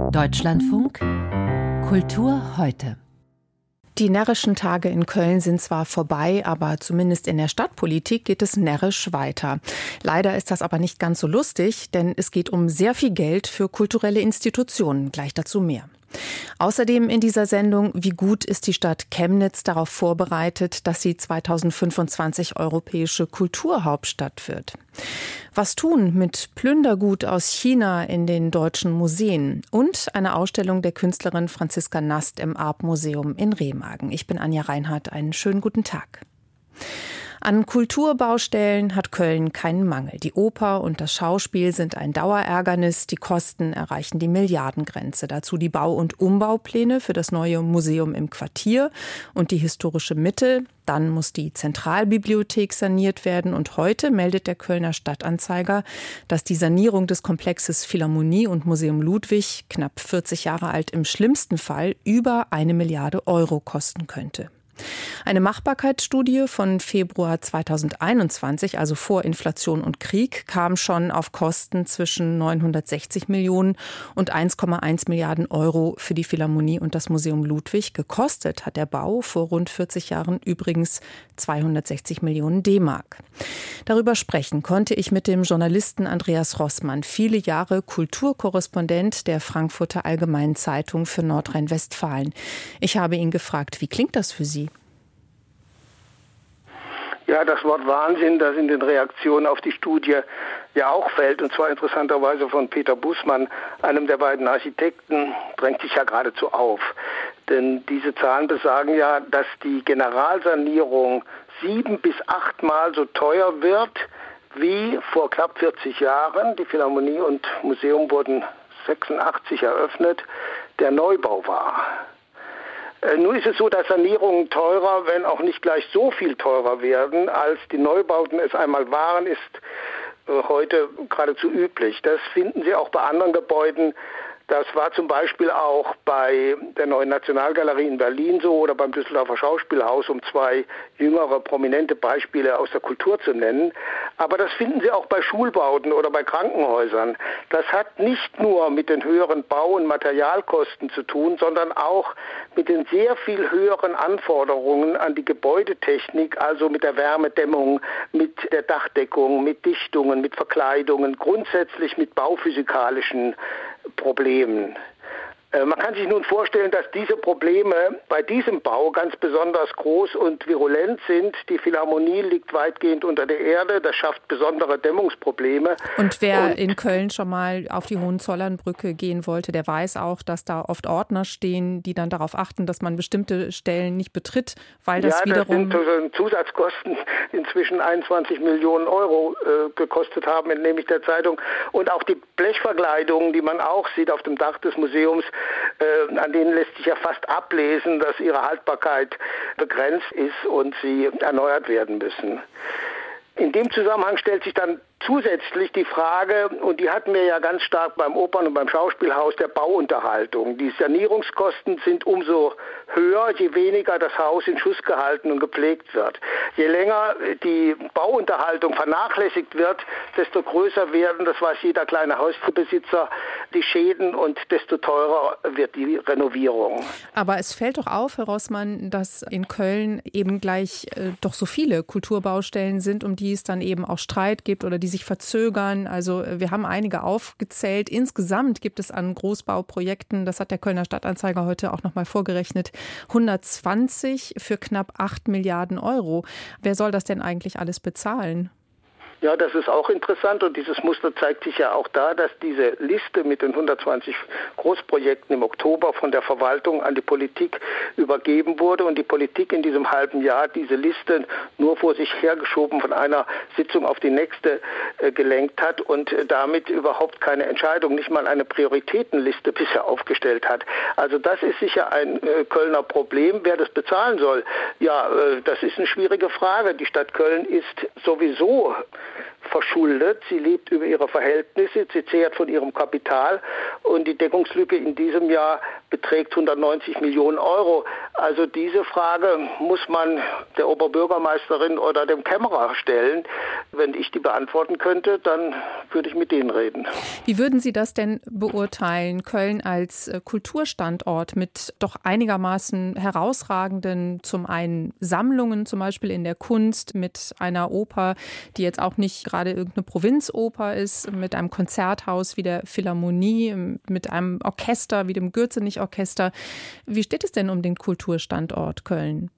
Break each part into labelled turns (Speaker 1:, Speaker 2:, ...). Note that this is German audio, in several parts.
Speaker 1: Deutschlandfunk Kultur heute. Die närrischen Tage in Köln sind zwar vorbei, aber zumindest in der Stadtpolitik geht es närrisch weiter. Leider ist das aber nicht ganz so lustig, denn es geht um sehr viel Geld für kulturelle Institutionen. Gleich dazu mehr. Außerdem in dieser Sendung, wie gut ist die Stadt Chemnitz darauf vorbereitet, dass sie 2025 europäische Kulturhauptstadt wird? Was tun mit Plündergut aus China in den deutschen Museen? Und eine Ausstellung der Künstlerin Franziska Nast im Arp-Museum in Remagen. Ich bin Anja Reinhardt, einen schönen guten Tag. An Kulturbaustellen hat Köln keinen Mangel. Die Oper und das Schauspiel sind ein Dauerärgernis. Die Kosten erreichen die Milliardengrenze. Dazu die Bau- und Umbaupläne für das neue Museum im Quartier und die historische Mitte. Dann muss die Zentralbibliothek saniert werden. Und heute meldet der Kölner Stadtanzeiger, dass die Sanierung des Komplexes Philharmonie und Museum Ludwig, knapp 40 Jahre alt, im schlimmsten Fall über 1 Milliarde Euro kosten könnte. Eine Machbarkeitsstudie von Februar 2021, also vor Inflation und Krieg, kam schon auf Kosten zwischen 960 Millionen und 1,1 Milliarden Euro für die Philharmonie und das Museum Ludwig. Gekostet hat der Bau vor rund 40 Jahren übrigens 260 Millionen D-Mark. Darüber sprechen konnte ich mit dem Journalisten Andreas Rossmann, viele Jahre Kulturkorrespondent der Frankfurter Allgemeinen Zeitung für Nordrhein-Westfalen. Ich habe ihn gefragt, wie klingt das für Sie?
Speaker 2: Ja, das Wort Wahnsinn, das in den Reaktionen auf die Studie ja auch fällt, und zwar interessanterweise von Peter Bußmann, einem der beiden Architekten, drängt sich ja geradezu auf. Denn diese Zahlen besagen ja, dass die Generalsanierung 7 bis 8 Mal so teuer wird wie vor knapp 40 Jahren. Die Philharmonie und Museum wurden 86 eröffnet, der Neubau war. Nun ist es so, dass Sanierungen teurer, wenn auch nicht gleich so viel teurer werden, als die Neubauten es einmal waren, ist heute geradezu üblich. Das finden Sie auch bei anderen Gebäuden. Das war zum Beispiel auch bei der Neuen Nationalgalerie in Berlin so oder beim Düsseldorfer Schauspielhaus, um 2 jüngere prominente Beispiele aus der Kultur zu nennen. Aber das finden Sie auch bei Schulbauten oder bei Krankenhäusern. Das hat nicht nur mit den höheren Bau- und Materialkosten zu tun, sondern auch mit den sehr viel höheren Anforderungen an die Gebäudetechnik, also mit der Wärmedämmung, mit der Dachdeckung, mit Dichtungen, mit Verkleidungen, grundsätzlich mit bauphysikalischen Problemen. Man kann sich nun vorstellen, dass diese Probleme bei diesem Bau ganz besonders groß und virulent sind. Die Philharmonie liegt weitgehend unter der Erde. Das schafft besondere Dämmungsprobleme.
Speaker 1: Und wer in Köln schon mal auf die Hohenzollernbrücke gehen wollte, der weiß auch, dass da oft Ordner stehen, die dann darauf achten, dass man bestimmte Stellen nicht betritt, weil das wiederum...
Speaker 2: Ja, das sind Zusatzkosten inzwischen 21 Millionen Euro gekostet haben, entnehme ich der Zeitung. Und auch die Blechverkleidungen, die man auch sieht auf dem Dach des Museums, an denen lässt sich ja fast ablesen, dass ihre Haltbarkeit begrenzt ist und sie erneuert werden müssen. In dem Zusammenhang stellt sich dann zusätzlich die Frage, und die hatten wir ja ganz stark beim Opern- und beim Schauspielhaus, der Bauunterhaltung. Die Sanierungskosten sind umso höher, je weniger das Haus in Schuss gehalten und gepflegt wird. Je länger die Bauunterhaltung vernachlässigt wird, desto größer werden, das weiß jeder kleine Hausbesitzer, die Schäden und desto teurer wird die Renovierung.
Speaker 1: Aber es fällt doch auf, Herr Rossmann, dass in Köln eben gleich doch so viele Kulturbaustellen sind, um die es dann eben auch Streit gibt oder die sich verzögern. Also wir haben einige aufgezählt. Insgesamt gibt es an Großbauprojekten, das hat der Kölner Stadtanzeiger heute auch nochmal vorgerechnet, 120 für knapp 8 Milliarden Euro. Wer soll das denn eigentlich alles bezahlen?
Speaker 2: Ja, das ist auch interessant und dieses Muster zeigt sich ja auch da, dass diese Liste mit den 120 Großprojekten im Oktober von der Verwaltung an die Politik übergeben wurde und die Politik in diesem halben Jahr diese Liste nur vor sich hergeschoben von einer Sitzung auf die nächste gelenkt hat und damit überhaupt keine Entscheidung, nicht mal eine Prioritätenliste bisher aufgestellt hat. Also das ist sicher ein Kölner Problem. Wer das bezahlen soll, ja, das ist eine schwierige Frage. Die Stadt Köln ist sowieso verschuldet. Sie lebt über ihre Verhältnisse, sie zehrt von ihrem Kapital und die Deckungslücke in diesem Jahr beträgt 190 Millionen Euro. Also diese Frage muss man der Oberbürgermeisterin oder dem Kämmerer stellen. Wenn ich die beantworten könnte, dann würde ich mit denen reden.
Speaker 1: Wie würden Sie das denn beurteilen? Köln als Kulturstandort mit doch einigermaßen herausragenden, zum einen Sammlungen, zum Beispiel in der Kunst, mit einer Oper, die jetzt auch nicht gerade irgendeine Provinzoper ist, mit einem Konzerthaus wie der Philharmonie, mit einem Orchester wie dem Gürzenich-Orchester. Wie steht es denn um den Kulturstandort Köln?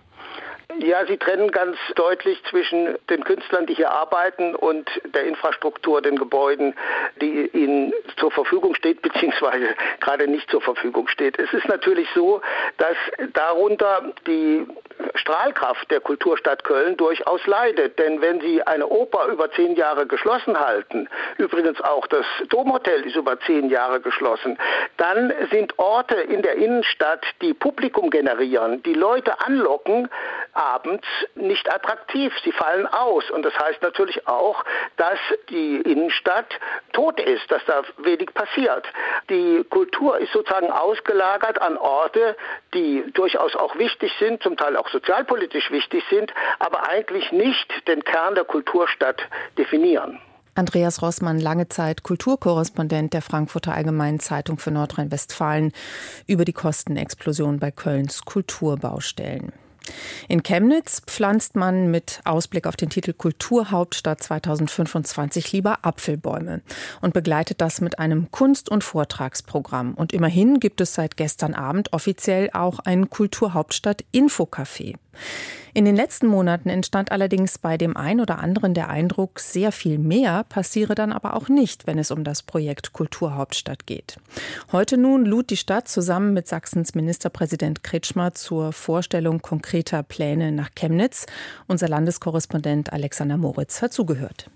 Speaker 2: Ja, Sie trennen ganz deutlich zwischen den Künstlern, die hier arbeiten, und der Infrastruktur, den Gebäuden, die ihnen zur Verfügung steht, beziehungsweise gerade nicht zur Verfügung steht. Es ist natürlich so, dass darunter die Strahlkraft der Kulturstadt Köln durchaus leidet. Denn wenn Sie eine Oper über 10 Jahre geschlossen halten, übrigens auch das Domhotel ist über 10 Jahre geschlossen, dann sind Orte in der Innenstadt, die Publikum generieren, die Leute anlocken, abends nicht attraktiv. Sie fallen aus. Und das heißt natürlich auch, dass die Innenstadt tot ist, dass da wenig passiert. Die Kultur ist sozusagen ausgelagert an Orte, die durchaus auch wichtig sind, zum Teil auch sozialpolitisch wichtig sind, aber eigentlich nicht den Kern der Kulturstadt definieren.
Speaker 1: Andreas Roßmann, lange Zeit Kulturkorrespondent der Frankfurter Allgemeinen Zeitung für Nordrhein-Westfalen, über die Kostenexplosion bei Kölns Kulturbaustellen. In Chemnitz pflanzt man mit Ausblick auf den Titel Kulturhauptstadt 2025 lieber Apfelbäume und begleitet das mit einem Kunst- und Vortragsprogramm. Und immerhin gibt es seit gestern Abend offiziell auch ein Kulturhauptstadt-Infocafé. In den letzten Monaten entstand allerdings bei dem einen oder anderen der Eindruck, sehr viel mehr passiere dann aber auch nicht, wenn es um das Projekt Kulturhauptstadt geht. Heute nun lud die Stadt zusammen mit Sachsens Ministerpräsident Kretschmer zur Vorstellung konkreter Pläne nach Chemnitz. Unser Landeskorrespondent Alexander Moritz hat zugehört.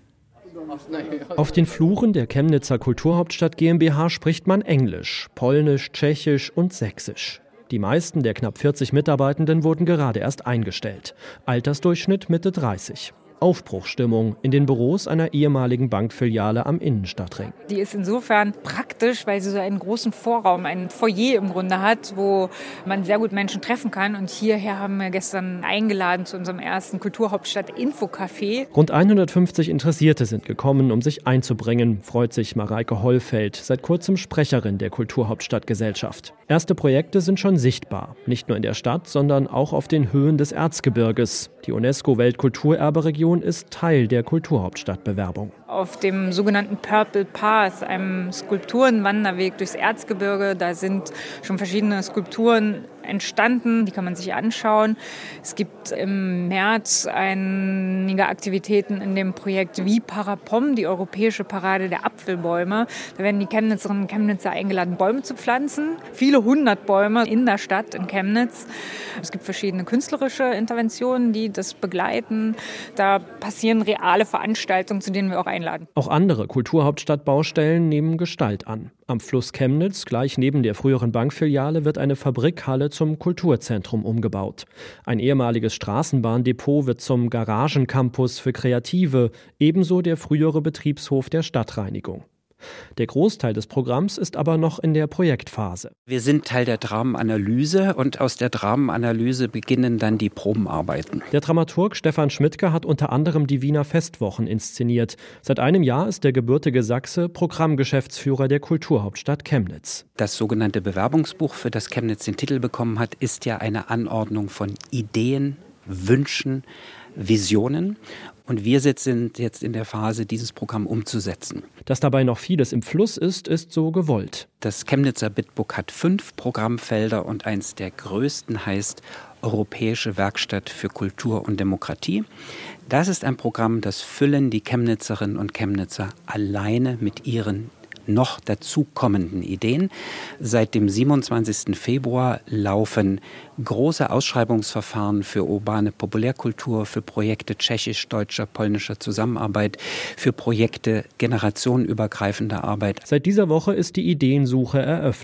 Speaker 3: Auf den Fluren der Chemnitzer Kulturhauptstadt GmbH spricht man Englisch, Polnisch, Tschechisch und Sächsisch. Die meisten der knapp 40 Mitarbeitenden wurden gerade erst eingestellt. Altersdurchschnitt Mitte 30. Aufbruchsstimmung in den Büros einer ehemaligen Bankfiliale am Innenstadtring.
Speaker 4: Die ist insofern praktisch, weil sie so einen großen Vorraum, ein Foyer im Grunde hat, wo man sehr gut Menschen treffen kann. Und hierher haben wir gestern eingeladen zu unserem ersten Kulturhauptstadt-Infocafé.
Speaker 3: Rund 150 Interessierte sind gekommen, um sich einzubringen, freut sich Mareike Hollfeld, seit kurzem Sprecherin der Kulturhauptstadtgesellschaft. Erste Projekte sind schon sichtbar, nicht nur in der Stadt, sondern auch auf den Höhen des Erzgebirges. Die UNESCO-Weltkulturerbe-Region ist Teil der Kulturhauptstadtbewerbung.
Speaker 4: Auf dem sogenannten Purple Path, einem Skulpturenwanderweg durchs Erzgebirge, da sind schon verschiedene Skulpturen entstanden, die kann man sich anschauen. Es gibt im März einige Aktivitäten in dem Projekt Wie Parapom, die europäische Parade der Apfelbäume. Da werden die Chemnitzerinnen und Chemnitzer eingeladen, Bäume zu pflanzen. Viele 100 Bäume in der Stadt, in Chemnitz. Es gibt verschiedene künstlerische Interventionen, die das begleiten. Da passieren reale Veranstaltungen, zu denen wir auch einladen.
Speaker 3: Auch andere Kulturhauptstadtbaustellen nehmen Gestalt an. Am Fluss Chemnitz, gleich neben der früheren Bankfiliale, wird eine Fabrikhalle zum Kulturzentrum umgebaut. Ein ehemaliges Straßenbahndepot wird zum Garagencampus für Kreative, ebenso der frühere Betriebshof der Stadtreinigung. Der Großteil des Programms ist aber noch in der Projektphase.
Speaker 5: Wir sind Teil der Dramenanalyse und aus der Dramenanalyse beginnen dann die Probenarbeiten.
Speaker 3: Der Dramaturg Stefan Schmidtke hat unter anderem die Wiener Festwochen inszeniert. Seit einem Jahr ist der gebürtige Sachse Programmgeschäftsführer der Kulturhauptstadt Chemnitz.
Speaker 5: Das sogenannte Bewerbungsbuch, für das Chemnitz den Titel bekommen hat, ist ja eine Anordnung von Ideen, Wünschen, Visionen. Und wir sind jetzt in der Phase, dieses Programm umzusetzen.
Speaker 3: Dass dabei noch vieles im Fluss ist, ist so gewollt.
Speaker 5: Das Chemnitzer Bitbook hat 5 Programmfelder und eins der größten heißt Europäische Werkstatt für Kultur und Demokratie. Das ist ein Programm, das füllen die Chemnitzerinnen und Chemnitzer alleine mit ihren noch dazukommenden Ideen. Seit dem 27. Februar laufen große Ausschreibungsverfahren für urbane Populärkultur, für Projekte tschechisch-deutscher, polnischer Zusammenarbeit, für Projekte generationenübergreifender Arbeit.
Speaker 3: Seit dieser Woche ist die Ideensuche eröffnet.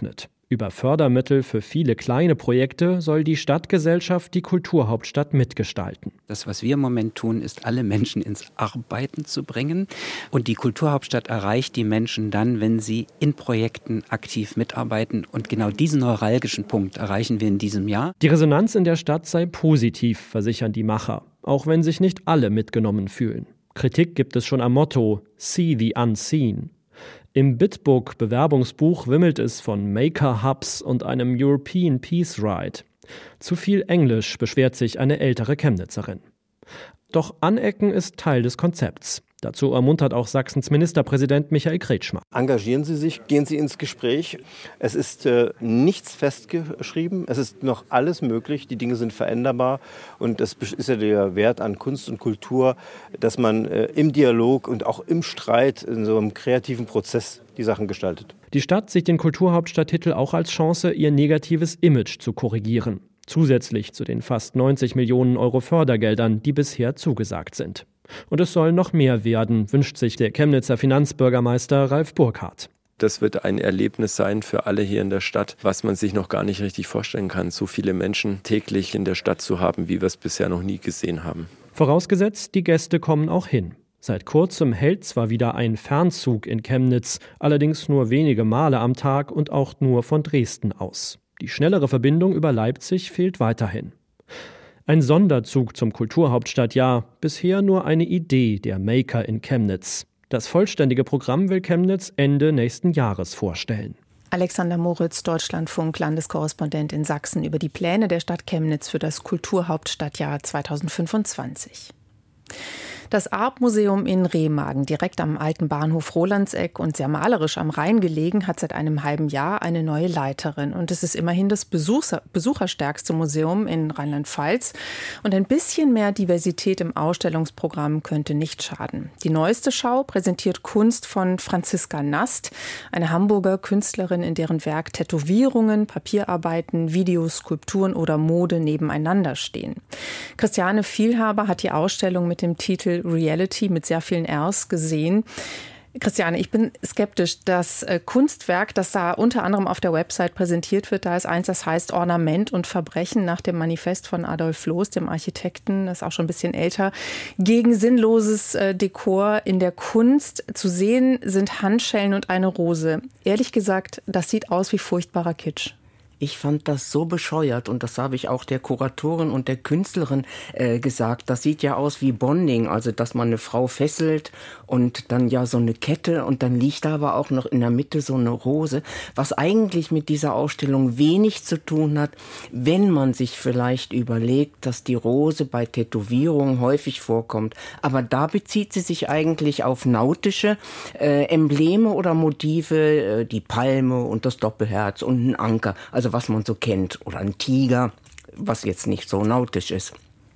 Speaker 3: Über Fördermittel für viele kleine Projekte soll die Stadtgesellschaft die Kulturhauptstadt mitgestalten.
Speaker 5: Das, was wir im Moment tun, ist, alle Menschen ins Arbeiten zu bringen. Und die Kulturhauptstadt erreicht die Menschen dann, wenn sie in Projekten aktiv mitarbeiten. Und genau diesen neuralgischen Punkt erreichen wir in diesem Jahr.
Speaker 3: Die Resonanz in der Stadt sei positiv, versichern die Macher, auch wenn sich nicht alle mitgenommen fühlen. Kritik gibt es schon am Motto See the Unseen. Im Bitbook-Bewerbungsbuch wimmelt es von Maker-Hubs und einem European Peace Ride. Zu viel Englisch, beschwert sich eine ältere Chemnitzerin. Doch Anecken ist Teil des Konzepts. Dazu ermuntert auch Sachsens Ministerpräsident Michael Kretschmer.
Speaker 6: Engagieren Sie sich, gehen Sie ins Gespräch. Es ist nichts festgeschrieben, es ist noch alles möglich, die Dinge sind veränderbar. Und das ist ja der Wert an Kunst und Kultur, dass man im Dialog und auch im Streit, in so einem kreativen Prozess die Sachen gestaltet.
Speaker 3: Die Stadt sieht den Kulturhauptstadttitel auch als Chance, ihr negatives Image zu korrigieren. Zusätzlich zu den fast 90 Millionen Euro Fördergeldern, die bisher zugesagt sind. Und es soll noch mehr werden, wünscht sich der Chemnitzer Finanzbürgermeister Ralf Burkhardt.
Speaker 7: Das wird ein Erlebnis sein für alle hier in der Stadt, was man sich noch gar nicht richtig vorstellen kann, so viele Menschen täglich in der Stadt zu haben, wie wir es bisher noch nie gesehen haben.
Speaker 3: Vorausgesetzt, die Gäste kommen auch hin. Seit kurzem hält zwar wieder ein Fernzug in Chemnitz, allerdings nur wenige Male am Tag und auch nur von Dresden aus. Die schnellere Verbindung über Leipzig fehlt weiterhin. Ein Sonderzug zum Kulturhauptstadtjahr, bisher nur eine Idee der Maker in Chemnitz. Das vollständige Programm will Chemnitz Ende nächsten Jahres vorstellen.
Speaker 1: Alexander Moritz, Deutschlandfunk, Landeskorrespondent in Sachsen, über die Pläne der Stadt Chemnitz für das Kulturhauptstadtjahr 2025. Das Arp-Museum in Remagen, direkt am alten Bahnhof Rolandseck und sehr malerisch am Rhein gelegen, hat seit einem halben Jahr eine neue Leiterin. Und es ist immerhin das besucherstärkste Museum in Rheinland-Pfalz. Und ein bisschen mehr Diversität im Ausstellungsprogramm könnte nicht schaden. Die neueste Schau präsentiert Kunst von Franziska Nast, eine Hamburger Künstlerin, in deren Werk Tätowierungen, Papierarbeiten, Videos, Skulpturen oder Mode nebeneinander stehen. Christiane Vielhaber hat die Ausstellung mit dem Titel Reality mit sehr vielen Rs gesehen. Christiane, ich bin skeptisch. Das Kunstwerk, das da unter anderem auf der Website präsentiert wird, da ist eins, das heißt Ornament und Verbrechen nach dem Manifest von Adolf Loos, dem Architekten, das ist auch schon ein bisschen älter, gegen sinnloses Dekor in der Kunst. Zu sehen sind Handschellen und eine Rose. Ehrlich gesagt, das sieht aus wie furchtbarer Kitsch.
Speaker 8: Ich fand das so bescheuert und das habe ich auch der Kuratorin und der Künstlerin gesagt. Das sieht ja aus wie Bonding, also dass man eine Frau fesselt und dann ja so eine Kette und dann liegt da aber auch noch in der Mitte so eine Rose, was eigentlich mit dieser Ausstellung wenig zu tun hat, wenn man sich vielleicht überlegt, dass die Rose bei Tätowierungen häufig vorkommt. Aber da bezieht sie sich eigentlich auf nautische Embleme oder Motive, die Palme und das Doppelherz und ein Anker, also was man so kennt, oder ein Tiger, was jetzt nicht so nautisch ist.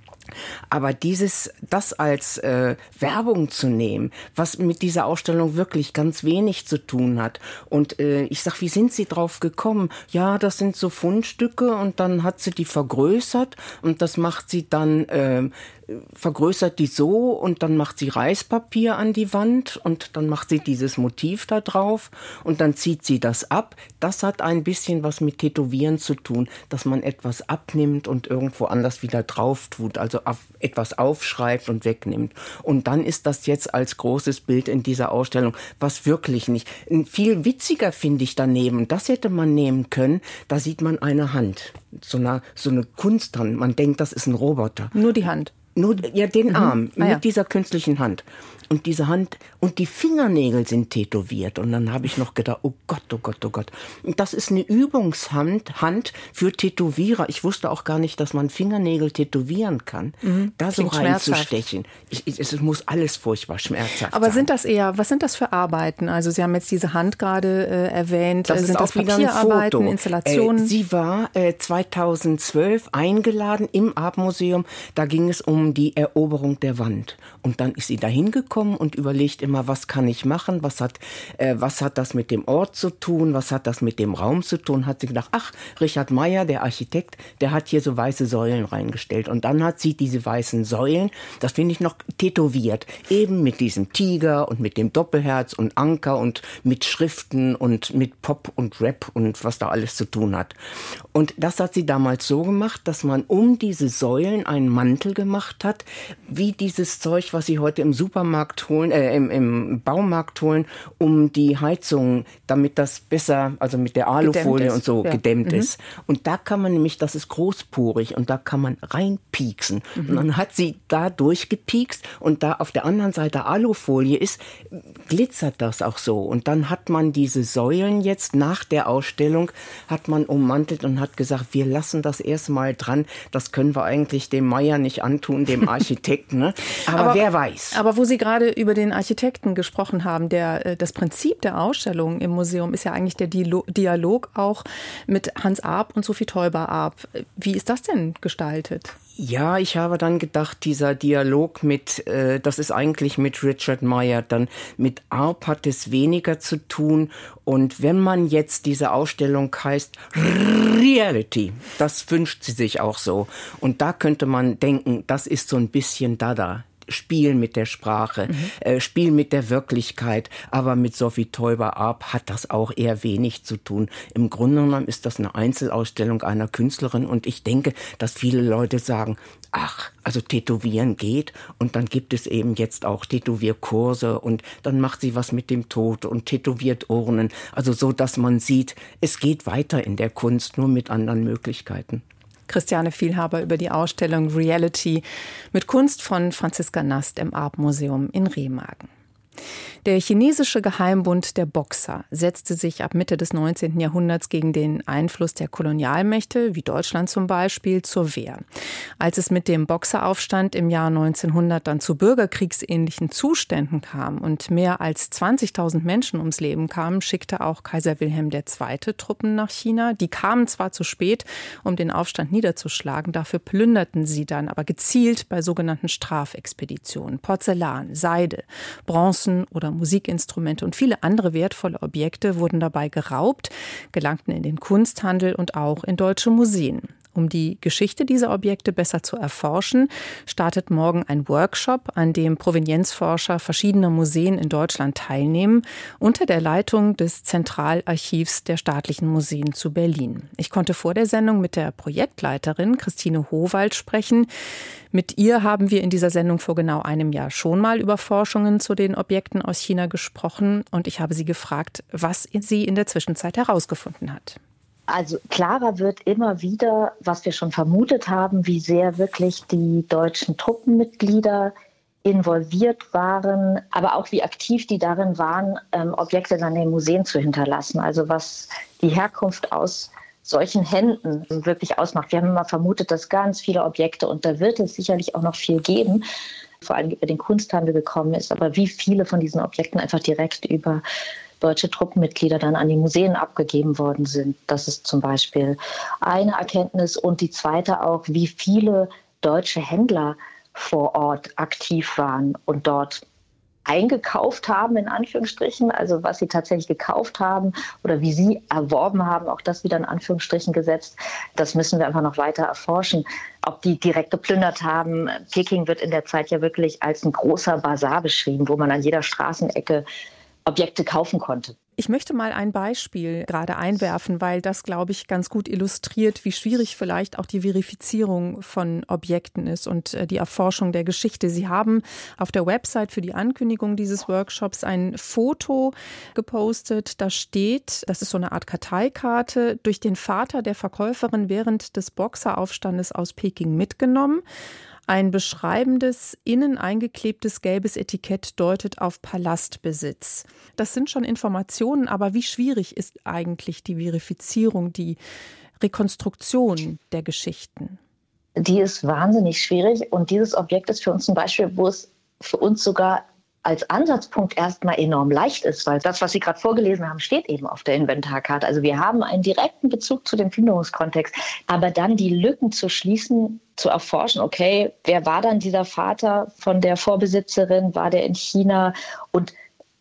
Speaker 8: Aber das als Werbung zu nehmen, was mit dieser Ausstellung wirklich ganz wenig zu tun hat. Und ich sag, wie sind Sie drauf gekommen? Ja, das sind so Fundstücke und dann hat sie die vergrößert und das macht sie dann vergrößert die so und dann macht sie Reispapier an die Wand und dann macht sie dieses Motiv da drauf und dann zieht sie das ab. Das hat ein bisschen was mit Tätowieren zu tun, dass man etwas abnimmt und irgendwo anders wieder drauf tut, also etwas aufschreibt und wegnimmt. Und dann ist das jetzt als großes Bild in dieser Ausstellung, was wirklich nicht. Viel witziger finde ich daneben, das hätte man nehmen können, da sieht man eine Hand, so eine Kunsthand, man denkt, das ist ein Roboter.
Speaker 1: Nur die Hand?
Speaker 8: Nur, ja, den Arm mit dieser künstlichen Hand. Und diese Hand und die Fingernägel sind tätowiert. Und dann habe ich noch gedacht, oh Gott, oh Gott, oh Gott. Und das ist eine Übungshand für Tätowierer. Ich wusste auch gar nicht, dass man Fingernägel tätowieren kann. Da so reinzustechen. Es muss alles furchtbar schmerzhaft
Speaker 1: Aber
Speaker 8: sein.
Speaker 1: Was sind das für Arbeiten? Also Sie haben jetzt diese Hand gerade erwähnt.
Speaker 8: Das
Speaker 1: sind
Speaker 8: ist
Speaker 1: das
Speaker 8: auch wieder ein
Speaker 1: Papierarbeiten,
Speaker 8: Foto.
Speaker 1: Installationen?
Speaker 8: Sie war 2012 eingeladen im Arp-Museum. Da ging es um um die Eroberung der Wand. Und dann ist sie dahin gekommen und überlegt immer, was kann ich machen, was hat das mit dem Ort zu tun, was hat das mit dem Raum zu tun, hat sie gedacht, Richard Meyer, der Architekt, der hat hier so weiße Säulen reingestellt. Und dann hat sie diese weißen Säulen, das finde ich noch tätowiert, eben mit diesem Tiger und mit dem Doppelherz und Anker und mit Schriften und mit Pop und Rap und was da alles zu tun hat. Und das hat sie damals so gemacht, dass man um diese Säulen einen Mantel gemacht hat, wie dieses Zeug, was Sie heute im Supermarkt holen, im Baumarkt holen, um die Heizung, damit das besser, also mit der Alufolie und so gedämmt ist. Und da kann man nämlich, das ist großporig und da kann man reinpieksen. Und dann hat sie da durchgepiekst und da auf der anderen Seite Alufolie ist, glitzert das auch so. Und dann hat man diese Säulen jetzt nach der Ausstellung, hat man ummantelt und hat gesagt, wir lassen das erstmal dran, das können wir eigentlich dem Meyer nicht antun, dem Architekten. Ne? Aber wer weiß.
Speaker 1: Aber wo Sie gerade über den Architekten gesprochen haben, das Prinzip der Ausstellung im Museum ist ja eigentlich der Dialog auch mit Hans Arp und Sophie Teuber-Arp. Wie ist das denn gestaltet?
Speaker 8: Ja, ich habe dann gedacht, dieser Dialog das ist eigentlich mit Richard Meyer, dann mit Arp hat es weniger zu tun. Und wenn man jetzt diese Ausstellung heißt Reality, das wünscht sie sich auch so. Und da könnte man denken, das ist so ein bisschen Dada. Spiel mit der Sprache, Spiel mit der Wirklichkeit, aber mit Sophie Teuber-Arp hat das auch eher wenig zu tun. Im Grunde genommen ist das eine Einzelausstellung einer Künstlerin und ich denke, dass viele Leute sagen, also Tätowieren geht und dann gibt es eben jetzt auch Tätowierkurse und dann macht sie was mit dem Tod und tätowiert Urnen, also so, dass man sieht, es geht weiter in der Kunst, nur mit anderen Möglichkeiten.
Speaker 1: Christiane Vielhaber über die Ausstellung Reality mit Kunst von Franziska Nast im Arp-Museum in Remagen. Der chinesische Geheimbund der Boxer setzte sich ab Mitte des 19. Jahrhunderts gegen den Einfluss der Kolonialmächte, wie Deutschland zum Beispiel, zur Wehr. Als es mit dem Boxeraufstand im Jahr 1900 dann zu bürgerkriegsähnlichen Zuständen kam und mehr als 20.000 Menschen ums Leben kamen, schickte auch Kaiser Wilhelm II. Truppen nach China. Die kamen zwar zu spät, um den Aufstand niederzuschlagen, dafür plünderten sie dann aber gezielt bei sogenannten Strafexpeditionen. Porzellan, Seide, Bronzen oder Musikinstrumente und viele andere wertvolle Objekte wurden dabei geraubt, gelangten in den Kunsthandel und auch in deutsche Museen. Um die Geschichte dieser Objekte besser zu erforschen, startet morgen ein Workshop, an dem Provenienzforscher verschiedener Museen in Deutschland teilnehmen, unter der Leitung des Zentralarchivs der Staatlichen Museen zu Berlin. Ich konnte vor der Sendung mit der Projektleiterin Christine Howald sprechen. Mit ihr haben wir in dieser Sendung vor genau einem Jahr schon mal über Forschungen zu den Objekten aus China gesprochen und ich habe sie gefragt, was sie in der Zwischenzeit herausgefunden hat.
Speaker 9: Also klarer wird immer wieder, was wir schon vermutet haben, wie sehr wirklich die deutschen Truppenmitglieder involviert waren, aber auch wie aktiv die darin waren, Objekte dann in den Museen zu hinterlassen. Also was die Herkunft aus solchen Händen wirklich ausmacht. Wir haben immer vermutet, dass ganz viele Objekte, und da wird es sicherlich auch noch viel geben, vor allem über den Kunsthandel gekommen ist, aber wie viele von diesen Objekten einfach direkt über deutsche Truppenmitglieder dann an die Museen abgegeben worden sind. Das ist zum Beispiel eine Erkenntnis. Und die zweite auch, wie viele deutsche Händler vor Ort aktiv waren und dort eingekauft haben, in Anführungsstrichen, also was sie tatsächlich gekauft haben oder wie sie erworben haben, auch das wieder in Anführungsstrichen gesetzt. Das müssen wir einfach noch weiter erforschen. Ob die direkt geplündert haben. Peking wird in der Zeit ja wirklich als ein großer Basar beschrieben, wo man an jeder Straßenecke Objekte kaufen konnte.
Speaker 1: Ich möchte mal ein Beispiel gerade einwerfen, weil das, glaube ich, ganz gut illustriert, wie schwierig vielleicht auch die Verifizierung von Objekten ist und die Erforschung der Geschichte. Sie haben auf der Website für die Ankündigung dieses Workshops ein Foto gepostet. Da steht, das ist so eine Art Karteikarte, durch den Vater der Verkäuferin während des Boxeraufstandes aus Peking mitgenommen. Ein beschreibendes, innen eingeklebtes gelbes Etikett deutet auf Palastbesitz. Das sind schon Informationen, aber wie schwierig ist eigentlich die Verifizierung, die Rekonstruktion der Geschichten?
Speaker 9: Die ist wahnsinnig schwierig und dieses Objekt ist für uns zum Beispiel, wo es für uns sogar als Ansatzpunkt erstmal enorm leicht ist, weil das, was Sie gerade vorgelesen haben, steht eben auf der Inventarkarte. Also wir haben einen direkten Bezug zu dem Plünderungskontext, aber dann die Lücken zu schließen, zu erforschen, okay, wer war dann dieser Vater von der Vorbesitzerin, war der in China und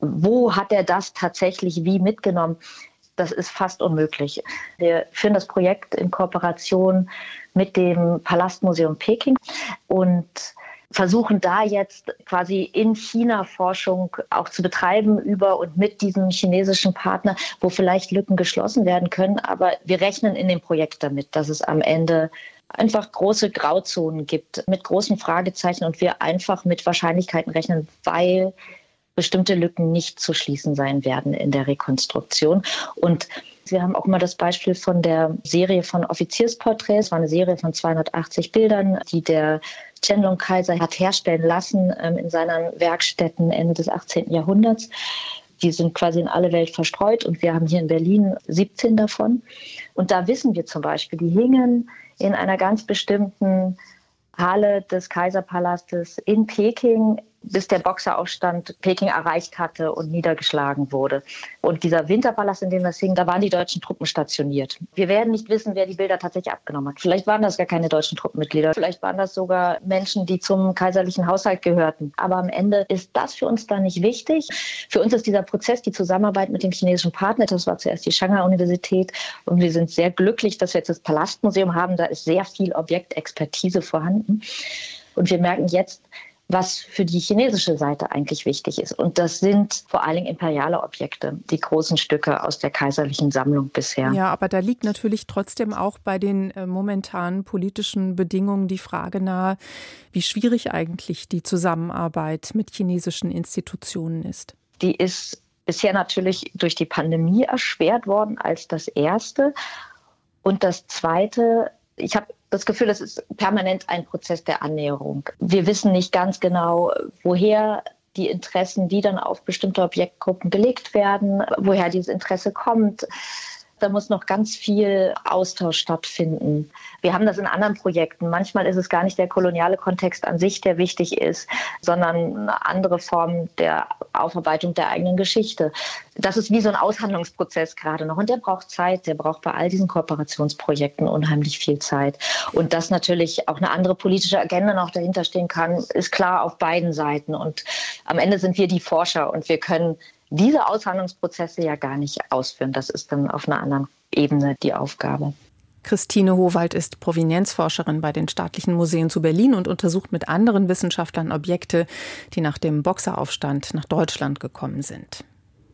Speaker 9: wo hat er das tatsächlich wie mitgenommen? Das ist fast unmöglich. Wir führen das Projekt in Kooperation mit dem Palastmuseum Peking und versuchen da jetzt quasi in China Forschung auch zu betreiben über und mit diesem chinesischen Partner, wo vielleicht Lücken geschlossen werden können. Aber wir rechnen in dem Projekt damit, dass es am Ende einfach große Grauzonen gibt mit großen Fragezeichen und wir einfach mit Wahrscheinlichkeiten rechnen, weil bestimmte Lücken nicht zu schließen sein werden in der Rekonstruktion. Und wir haben auch immer das Beispiel von der Serie von Offiziersporträts. Es war eine Serie von 280 Bildern, die der Qianlong-Kaiser hat herstellen lassen in seinen Werkstätten Ende des 18. Jahrhunderts. Die sind quasi in alle Welt verstreut und wir haben hier in Berlin 17 davon. Und da wissen wir zum Beispiel, die hingen in einer ganz bestimmten Halle des Kaiserpalastes in Peking, bis der Boxeraufstand Peking erreicht hatte und niedergeschlagen wurde. Und dieser Winterpalast, in dem das hing, da waren die deutschen Truppen stationiert. Wir werden nicht wissen, wer die Bilder tatsächlich abgenommen hat. Vielleicht waren das gar keine deutschen Truppenmitglieder. Vielleicht waren das sogar Menschen, die zum kaiserlichen Haushalt gehörten. Aber am Ende ist das für uns da nicht wichtig. Für uns ist dieser Prozess, die Zusammenarbeit mit dem chinesischen Partner, das war zuerst die Shanghai-Universität. Und wir sind sehr glücklich, dass wir jetzt das Palastmuseum haben. Da ist sehr viel Objektexpertise vorhanden. Und wir merken jetzt, was für die chinesische Seite eigentlich wichtig ist. Und das sind vor allen Dingen imperiale Objekte, die großen Stücke aus der kaiserlichen Sammlung bisher.
Speaker 1: Ja, aber da liegt natürlich trotzdem auch bei den momentanen politischen Bedingungen die Frage nahe, wie schwierig eigentlich die Zusammenarbeit mit chinesischen Institutionen ist.
Speaker 9: Die ist bisher natürlich durch die Pandemie erschwert worden als das Erste. Und das Zweite, ich habe das Gefühl, es ist permanent ein Prozess der Annäherung. Wir wissen nicht ganz genau, woher die Interessen, die dann auf bestimmte Objektgruppen gelegt werden, woher dieses Interesse kommt. Da muss noch ganz viel Austausch stattfinden. Wir haben das in anderen Projekten. Manchmal ist es gar nicht der koloniale Kontext an sich, der wichtig ist, sondern eine andere Form der Aufarbeitung der eigenen Geschichte. Das ist wie so ein Aushandlungsprozess gerade noch. Und der braucht Zeit. Der braucht bei all diesen Kooperationsprojekten unheimlich viel Zeit. Und dass natürlich auch eine andere politische Agenda noch dahinter stehen kann, ist klar auf beiden Seiten. Und am Ende sind wir die Forscher und wir können diese Aushandlungsprozesse ja gar nicht ausführen. Das ist dann auf einer anderen Ebene die Aufgabe.
Speaker 1: Christine Howald ist Provenienzforscherin bei den Staatlichen Museen zu Berlin und untersucht mit anderen Wissenschaftlern Objekte, die nach dem Boxeraufstand nach Deutschland gekommen sind.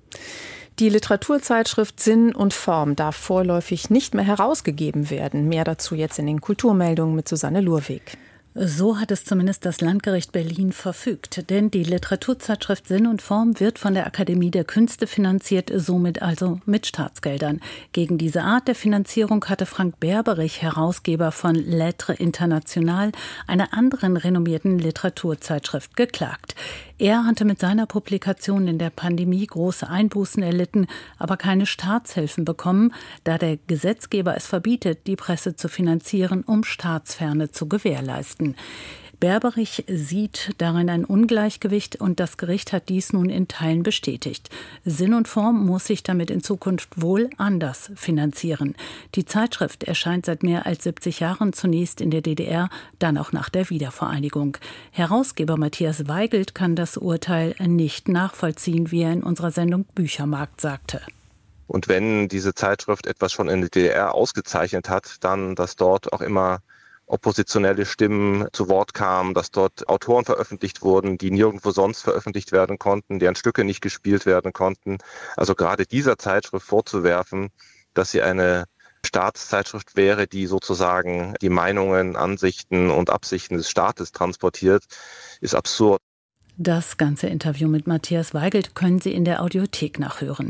Speaker 1: Die Literaturzeitschrift Sinn und Form darf vorläufig nicht mehr herausgegeben werden. Mehr dazu jetzt in den Kulturmeldungen mit Susanne Lurweg.
Speaker 10: So hat es zumindest das Landgericht Berlin verfügt. Denn die Literaturzeitschrift Sinn und Form wird von der Akademie der Künste finanziert, somit also mit Staatsgeldern. Gegen diese Art der Finanzierung hatte Frank Berberich, Herausgeber von Lettres International, einer anderen renommierten Literaturzeitschrift, geklagt. Er hatte mit seiner Publikation in der Pandemie große Einbußen erlitten, aber keine Staatshilfen bekommen, da der Gesetzgeber es verbietet, die Presse zu finanzieren, um Staatsferne zu gewährleisten. Berberich sieht darin ein Ungleichgewicht und das Gericht hat dies nun in Teilen bestätigt. Sinn und Form muss sich damit in Zukunft wohl anders finanzieren. Die Zeitschrift erscheint seit mehr als 70 Jahren zunächst in der DDR, dann auch nach der Wiedervereinigung. Herausgeber Matthias Weigelt kann das Urteil nicht nachvollziehen, wie er in unserer Sendung Büchermarkt sagte.
Speaker 11: Und wenn diese Zeitschrift etwas schon in der DDR ausgezeichnet hat, dann, dass dort auch immer oppositionelle Stimmen zu Wort kamen, dass dort Autoren veröffentlicht wurden, die nirgendwo sonst veröffentlicht werden konnten, deren Stücke nicht gespielt werden konnten. Also gerade dieser Zeitschrift vorzuwerfen, dass sie eine Staatszeitschrift wäre, die sozusagen die Meinungen, Ansichten und Absichten des Staates transportiert, ist absurd.
Speaker 10: Das ganze Interview mit Matthias Weigelt können Sie in der Audiothek nachhören.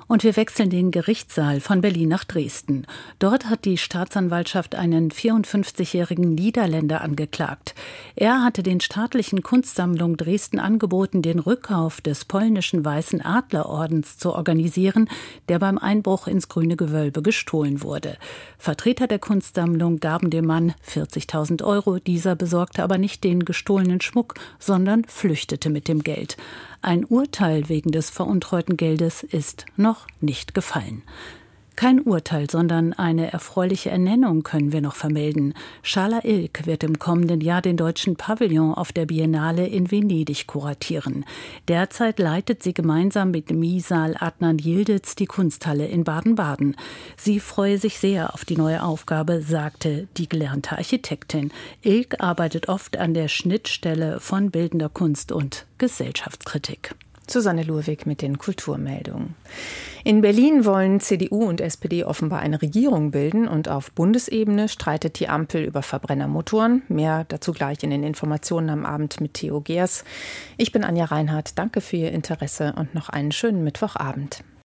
Speaker 10: Und wir wechseln den Gerichtssaal von Berlin nach Dresden. Dort hat die Staatsanwaltschaft einen 54-jährigen Niederländer angeklagt. Er hatte den staatlichen Kunstsammlungen Dresden angeboten, den Rückkauf des polnischen Weißen Adlerordens zu organisieren, der beim Einbruch ins Grüne Gewölbe gestohlen wurde. Vertreter der Kunstsammlung gaben dem Mann 40.000 €. Dieser besorgte aber nicht den gestohlenen Schmuck, sondern flüchtete mit dem Geld. Ein Urteil wegen des veruntreuten Geldes ist noch nicht gefallen. Kein Urteil, sondern eine erfreuliche Ernennung können wir noch vermelden. Schala Ilk wird im kommenden Jahr den deutschen Pavillon auf der Biennale in Venedig kuratieren. Derzeit leitet sie gemeinsam mit Misal Adnan Yildiz die Kunsthalle in Baden-Baden. Sie freue sich sehr auf die neue Aufgabe, sagte die gelernte Architektin. Ilk arbeitet oft an der Schnittstelle von bildender Kunst und Gesellschaftskritik.
Speaker 1: Susanne Lurwig mit den Kulturmeldungen. In Berlin wollen CDU und SPD offenbar eine Regierung bilden und auf Bundesebene streitet die Ampel über Verbrennermotoren. Mehr dazu gleich in den Informationen am Abend mit Theo Geers. Ich bin Anja Reinhardt. Danke für Ihr Interesse und noch einen schönen Mittwochabend.